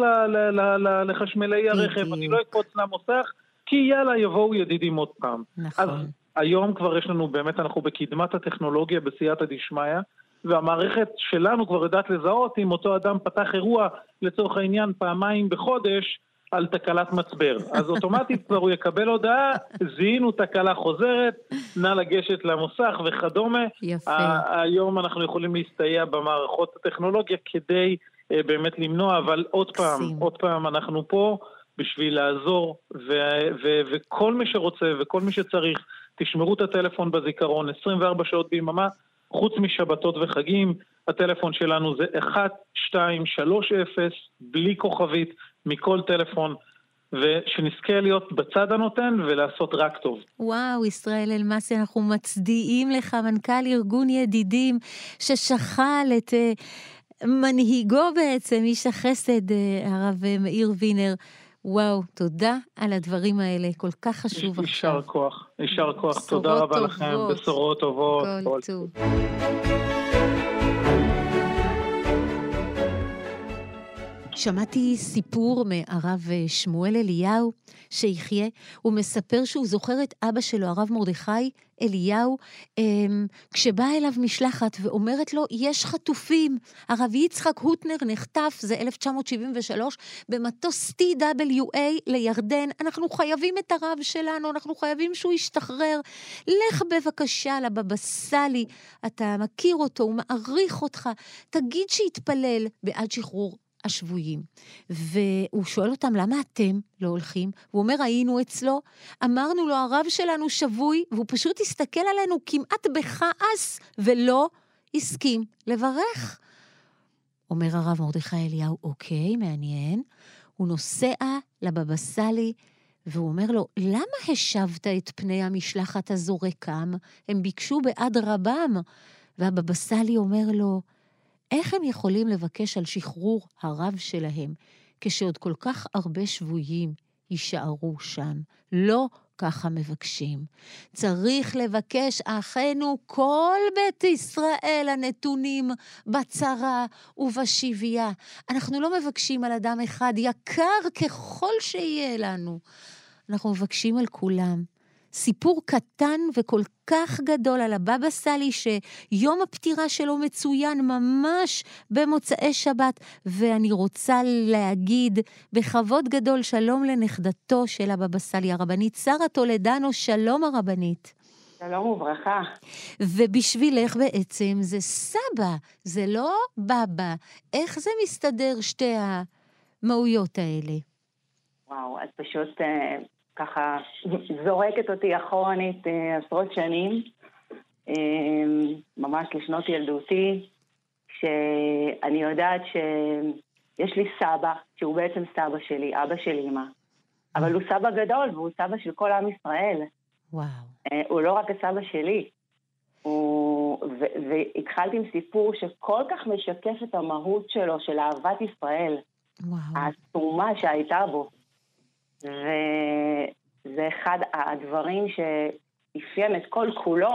לחשמלי הרכב, אני לא אקפוץ למוסך, כי יאללה, יבואו ידידים עוד פעם. נכון. אז היום כבר יש לנו, באמת אנחנו בקדמת הטכנולוגיה בסייעתא דשמיא, והמערכת שלנו כבר יודעת לזהות אם אותו אדם פתח אירוע לצורך העניין פעמיים בחודש על תקלת מצבר. אז אוטומטית כבר הוא יקבל הודעה, זיהינו תקלה חוזרת, נא לגשת למוסך וכדומה. יפה. היום אנחנו יכולים להסתייע במערכות הטכנולוגיה כדי באמת למנוע, אבל עוד פעם אנחנו פה בשביל לעזור, וכל מי שרוצה וכל מי שצריך, תשמרו את הטלפון בזיכרון 24 שעות ביממה, חוץ משבתות וחגים. הטלפון שלנו זה 1230, בלי כוכבית, מכל טלפון, ושנזכה להיות בצד הנותן ולעשות רק טוב. וואו, ישראל אלמסי, אנחנו מצדיעים לך, מנכ"ל ארגון ידידים, ששכל את מנהיגו בעצם, איש החסד, הרב מאיר וינר. וואו, תודה על הדברים האלה, כל כך חשוב עכשיו. יישר כוח, תודה רבה לכם, בשורות טובות. כל טוב. שמעתי סיפור מהרב שמואל אליהו, שיחיה, הוא מספר שהוא זוכר את אבא שלו, הרב מרדכי אליהו, כשבא אליו משלחת ואומרת לו, יש חטופים. הרב יצחק הוטנר נחטף, זה 1973, במטוס TWA לירדן. אנחנו חייבים את הרב שלנו, אנחנו חייבים שהוא ישתחרר. לך בבקשה לבבא סאלי, אתה מכיר אותו, הוא מעריך אותך. תגיד שיתפלל בעד שחרור השבויים. והוא שואל אותם, למה אתם לא הולכים? הוא אומר, היינו אצלו, אמרנו לו, הרב שלנו שבוי, והוא פשוט הסתכל עלינו כמעט בכעס, ולא הסכים לברך. אומר הרב מרדכי אליהו, אוקיי, מעניין. הוא נוסע לבבא סאלי, והוא אומר לו, למה השבת את פני המשלחת הזו ריקם? הם ביקשו בעד רבם. והבבא סאלי אומר לו, איך הם יכולים לבקש על שחרור הרב שלהם, כשעוד כל כך הרבה שבויים יישארו שם? לא ככה מבקשים. צריך לבקש אחינו כל בית ישראל הנתונים בצרה ובשביה. אנחנו לא מבקשים על אדם אחד, יקר ככל שיהיה לנו. אנחנו מבקשים על כולם. סיפור קטן וכל כך גדול על הבבא סאלי, שיום הפטירה שלו מצוין ממש במוצאי שבת, ואני רוצה להגיד בכבוד גדול שלום לנכדתו של הבבא סאלי, הרבנית שרה טולדנו. שלום הרבנית. שלום וברכה. ובשבילך בעצם זה סבא, זה לא בבא. איך זה מסתדר שתי המהויות האלה? וואו, את פשוט ככה זורקת אותי אחרונית עשרות שנים, ממש לשנות ילדותי, שאני יודעת שיש לי סבא, שהוא בעצם סבא שלי, אבא של אמא, אבל הוא סבא גדול והוא סבא של כל עם ישראל. וואו. הוא לא רק הסבא שלי. והתחלתי עם סיפור שכל כך משקף את המהות שלו, של אהבת ישראל. וואו. העצומה שהייתה בו. וזה אחד הדברים שאפיין את כל כולו.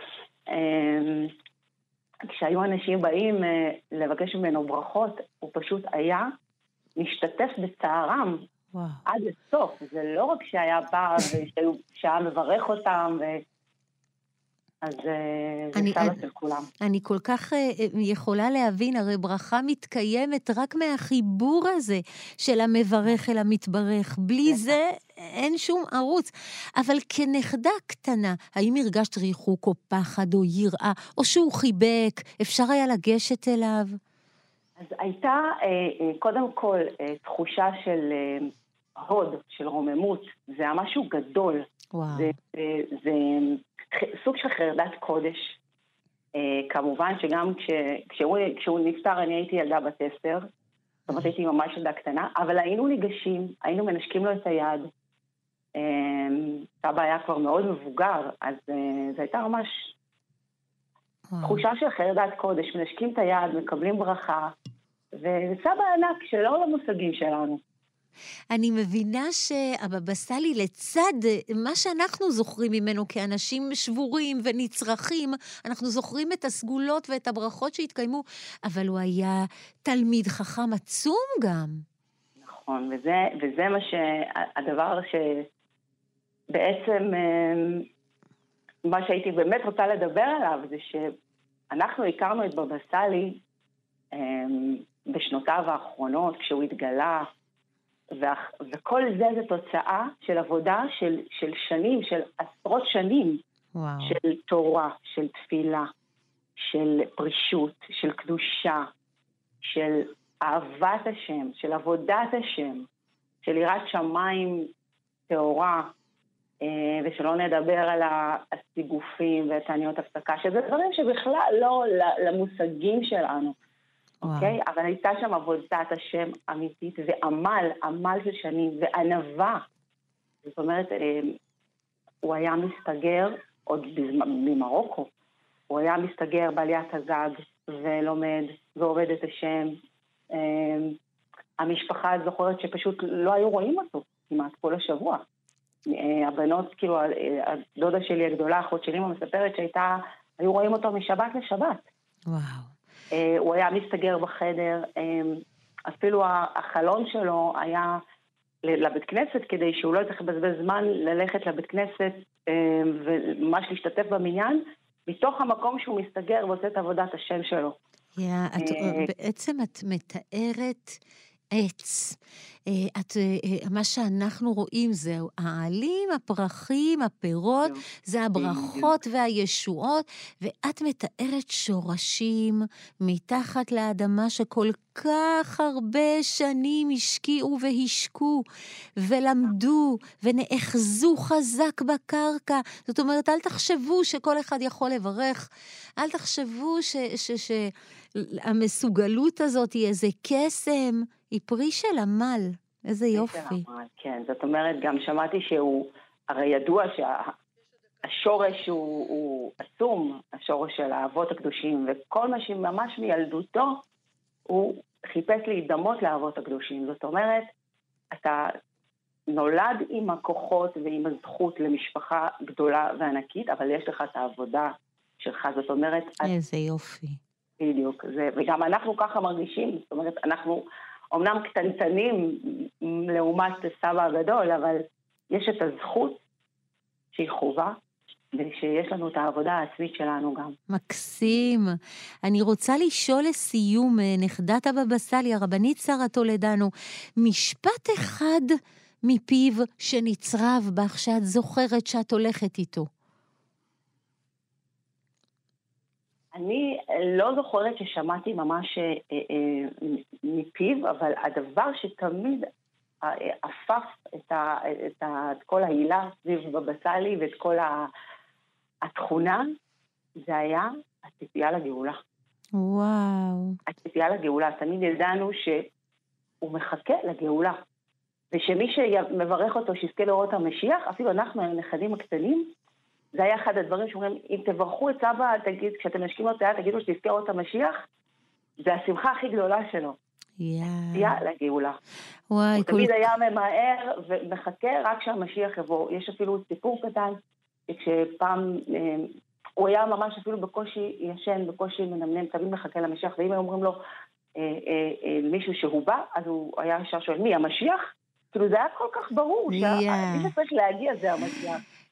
כשהיו אנשים באים לבקש ממנו ברכות, הוא פשוט היה משתתף בצערם. וואו. עד לסוף. זה לא רק שהיה בא ושהיה מברך אותם, אז זה סבא של כולם. אני כל כך יכולה להבין, הרי ברכה מתקיימת רק מהחיבור הזה של המברך אל המתברך. בלי זה אין שום ערוץ. אבל כנכדה קטנה, האם הרגשת ריחוק או פחד או יראה, או שהוא חיבק, אפשר היה לגשת אליו? אז הייתה קודם כל תחושה של הוד, של רוממות. זה היה משהו גדול. וואו. זה סוג של חרדת קודש. כמובן שגם כשהוא נפטר אני הייתי ילדה בת 10, זאת אומרת הייתי ממש ילדה קטנה, אבל היינו ניגשים, היינו מנשקים לו את היד. סבא היה כבר מאוד מבוגר, אז זו הייתה ממש תחושה של חרדת קודש, מנשקים את היד, מקבלים ברכה, וסבא ענק שלא למושגים שלנו. אני מבינה שהבבא סאלי לצד מה שאנחנו זוכרים ממנו כאנשים שבורים ונצרכים, אנחנו זוכרים את הסגולות ואת הברכות שהתקיימו, אבל הוא היה תלמיד חכם עצום גם. נכון, וזה מה הדבר שבעצם מה שהייתי באמת רוצה לדבר עליו, זה שאנחנו הכרנו את בבא סאלי בשנותיו האחרונות, כשהוא התגלה, וכל זה זה תוצאה של עבודה של שנים, של עשרות שנים, וואו. של תורה, של תפילה, של פרישות, של קדושה, של אהבת השם, של עבודת השם, של יראת שמיים תאורה, ושלא נדבר על הסיגופים ותעניות הפסקה, שזה דברים שבכלל לא למושגים שלנו. אוקיי? אבל הייתה שם עבודת השם אמיתית, עמל של שנים, וענווה. זאת אומרת, הוא היה מסתגר, עוד ממרוקו, הוא היה מסתגר בעליית הגג, ולומד, ועובד את השם. המשפחה זוכרת שפשוט לא היו רואים אותו, כמעט כל השבוע. הבנות, כאילו, הדודה שלי הגדולה, אחות שלי מספרת היו רואים אותו משבת לשבת. וואו. הוא היה מסתגר בחדר, אפילו החלון שלו היה לבית כנסת, כדי שהוא לא יצטרך לבזבז זמן ללכת לבית כנסת וממש להשתתף במניין, מתוך המקום שהוא מסתגר ועושה את עבודת השם שלו. בעצם את מתארת עץ. מה שאנחנו רואים זה העלים, הפרחים, הפירות, זה הברכות והישועות, ואת מתארת שורשים מתחת לאדמה שכל כך הרבה שנים השקיעו והשקו, ולמדו ונאחזו חזק בקרקע. זאת אומרת, אל תחשבו שכל אחד יכול לברך, אל תחשבו שהמסוגלות הזאת היא איזה קסם, היא פרי של עמל. איזה יופי. כן, זאת אומרת, גם שמעתי שהוא, הרי ידוע שהשורש הוא עצום, השורש של האבות הקדושים, וכל מה שממש מילדותו, הוא חיפש להידמות לאבות הקדושים. זאת אומרת, אתה נולד עם הכוחות ועם הזכות למשפחה גדולה וענקית, אבל יש לך את העבודה שלך, זאת אומרת... איזה יופי. בדיוק, וגם אנחנו ככה מרגישים, זאת אומרת, אנחנו... אמנם קטנטנים לעומת סבא הגדול, אבל יש את הזכות שהיא חובה, ושיש לנו את העבודה העצמית שלנו גם. מקסים. אני רוצה לשאול לסיום, נכדת הבבא סאלי, הרבנית שרה טולדנו, משפט אחד מפיו שנצרב בך, שאת זוכרת שאת הולכת איתו. אני לא זוכרת ששמעתי ממש מפיו, אבל הדבר שתמיד הפך את כל ההילה סביב בבא סאלי ואת כל התכונה, זה היה הציפייה לגאולה. וואו. הציפייה לגאולה. תמיד ידענו שהוא מחכה לגאולה. ושמי שמברך אותו שיזכה לראות המשיח, אפילו אנחנו הנכדים הקטנים, זה היה אחד הדברים שאומרים, אם תברכו את סבא, כשאתם נשקים לו את היד, תגידו שתזכה לראות המשיח, זה השמחה הכי גדולה שלו. הציפייה לגאולה. וואי, הוא תמיד היה ממהר ומחכה רק שהמשיח יבוא. יש אפילו סיפור קטן, כשפעם הוא היה ממש אפילו בקושי ישן, בקושי מנמנם, תמיד מחכה למשיח, ואם אומרים לו מישהו שהוא בא, אז הוא היה ישר שואל, מי, המשיח? כאילו זה היה כל כך ברור, שמי שצריך להגיע זה המשיח.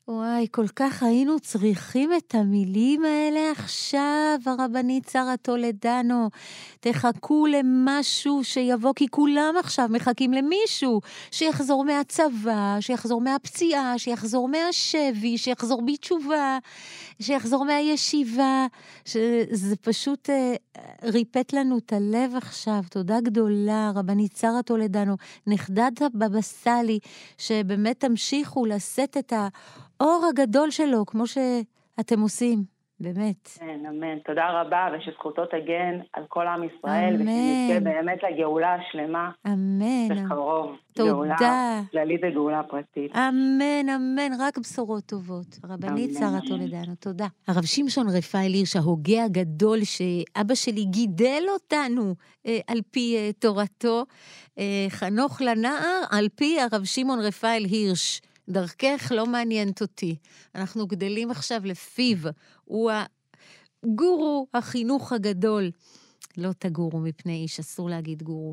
וואי, כל כך היינו צריכים את המילים האלה עכשיו, הרבנית שרה טולדנו. תחכו למשהו שיבוא, כי כולם עכשיו מחכים למישהו שיחזור מהצבא, שיחזור מהפציעה, שיחזור מהשבי, שיחזור בתשובה, שיחזור מהישיבה. זה פשוט ריפט לנו את הלב עכשיו. תודה גדולה, רבנית שרה טולדנו, נכדת בבא סאלי, שבאמת תמשיכו לשאת את האור הגדול שלו, כמו שאתם עושים, באמת. כן, אמן. תודה רבה, ושזכותו תגן על כל עם ישראל, ושנזכה באמת לגאולה השלמה. אמן. בקרוב. תודה. גאולה כללית וגאולה פרטית. אמן, אמן, רק בשורות טובות. הרבנית שרה טולדנו, תודה. הרב שמשון רפאל הירש, ההוגה הגדול שאבא שלי גידל אותנו על פי תורתו, חנוך לנער על פי הרב שמעון רפאל הירש. דרכך לא מעניינת אותי. אנחנו גדלים עכשיו לפיו. הוא הגורו החינוך הגדול. לא תגורו מפני איש, אסור להגיד גורו.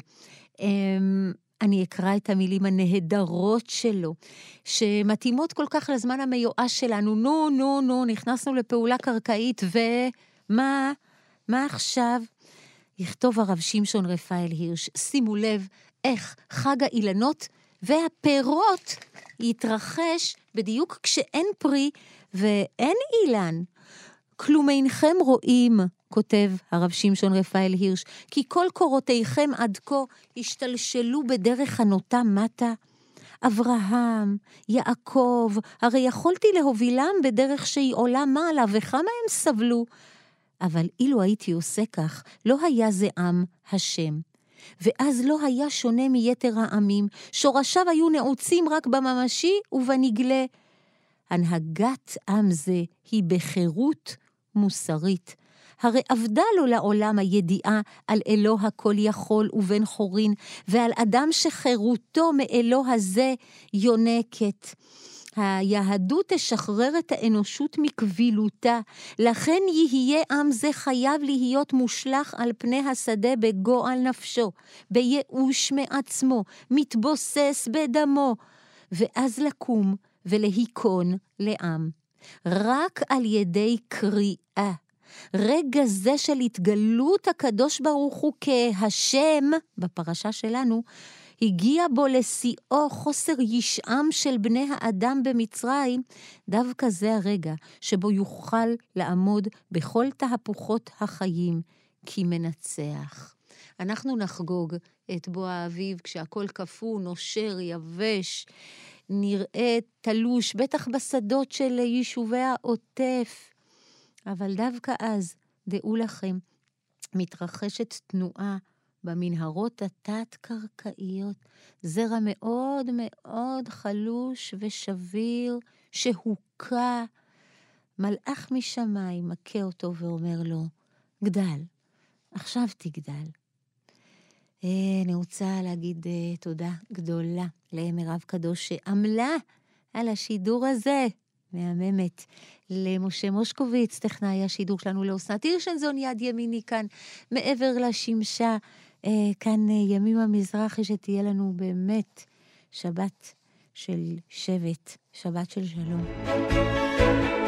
אני אקרא את המילים הנהדרות שלו, שמתאימות כל כך לזמן המיואש שלנו. נו, נכנסנו לפעולה קרקעית, ומה עכשיו? יכתוב הרב שמשון רפאל הירש, שימו לב איך חג האילנות והפירות יתרחש בדיוק כשאין פרי ואין אילן. כלום אינכם רואים, כותב הרב שמשון רפאל הירש, כי כל קורותיכם עד כה השתלשלו בדרך הנוטה מטה. אברהם, יעקב, הרי יכולתי להובילם בדרך שהיא עולה מעלה, וכמה הם סבלו. אבל אילו הייתי עושה כך, לא היה זה עם השם. ואז לא היה שונה מיתר העמים, שורשיו היו נעוצים רק בממשי ובנגלה. הנהגת עם זה היא בחירות מוסרית. הרי עבדה לו לעולם הידיעה על אלוה הכל יכול ובן חורין, ועל אדם שחירותו מאלוה הזה יונקת. היהדות תשחרר את האנושות מכבילותה, לכן יהיה עם זה חייב להיות מושלח על פני השדה בגועל נפשו, בייאוש מעצמו, מתבוסס בדמו, ואז לקום ולהיכון לעם. רק על ידי קריאה. רגע זה של התגלות הקדוש ברוך הוא כהשם, בפרשה שלנו, הגיע בו לשיאו חוסר ישעם של בני האדם במצרים, דווקא זה הרגע שבו יוכל לעמוד בכל תהפוכות החיים כמנצח. אנחנו נחגוג את בוא האביב כשהכל קפוא, נושר, יבש, נראה תלוש, בטח בשדות של יישובי העוטף. אבל דווקא אז, דעו לכם, מתרחשת תנועה במנהרות התת-קרקעיות, זרע מאוד מאוד חלוש ושביר שהוקע. מלאך משמיים מכה אותו ואומר לו, גדל, עכשיו תגדל. אני רוצה להגיד תודה גדולה למרב קדוש שעמלה על השידור הזה, מהממת, למשה מושקוביץ, טכנאי השידור שלנו, לאסנת הירשנזון, יד ימיני כאן, מעבר לשמשה, כאן ימים המזרחי, שתהיה לנו באמת שבת של שבט, שבת של שלום.